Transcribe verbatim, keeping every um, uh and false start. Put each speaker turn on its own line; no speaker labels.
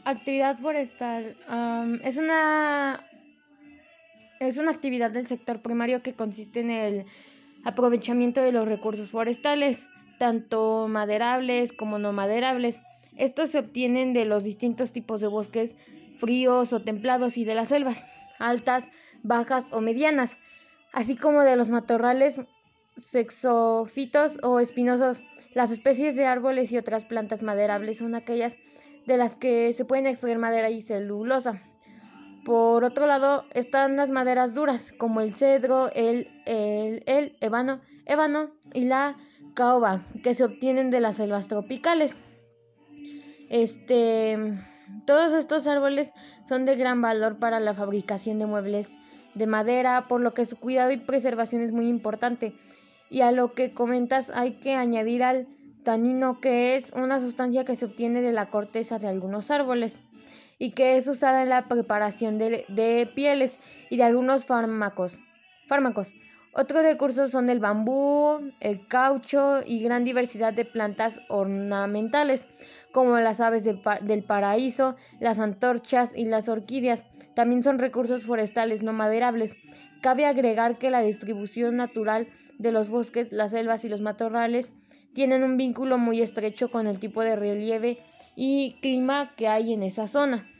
Actividad forestal um, es una es una actividad del sector primario que consiste en el aprovechamiento de los recursos forestales, tanto maderables como no maderables. Estos se obtienen de los distintos tipos de bosques fríos o templados y de las selvas, altas, bajas o medianas, así como de los matorrales xerófitos o espinosos. Las especies de árboles y otras plantas maderables son aquellas de las que se pueden extraer madera y celulosa. Por otro lado, están las maderas duras, como el cedro, el, el, el ébano, ébano y la caoba, que se obtienen de las selvas tropicales. Este, todos estos árboles son de gran valor para la fabricación de muebles de madera, por lo que su cuidado y preservación es muy importante. Y a lo que comentas hay que añadir al tanino, que es una sustancia que se obtiene de la corteza de algunos árboles y que es usada en la preparación de, de pieles y de algunos fármacos. fármacos. Otros recursos son el bambú, el caucho y gran diversidad de plantas ornamentales, como las aves de pa- del paraíso, las antorchas y las orquídeas. También son recursos forestales no maderables. Cabe agregar que la distribución natural de los bosques, las selvas y los matorrales tienen un vínculo muy estrecho con el tipo de relieve y clima que hay en esa zona.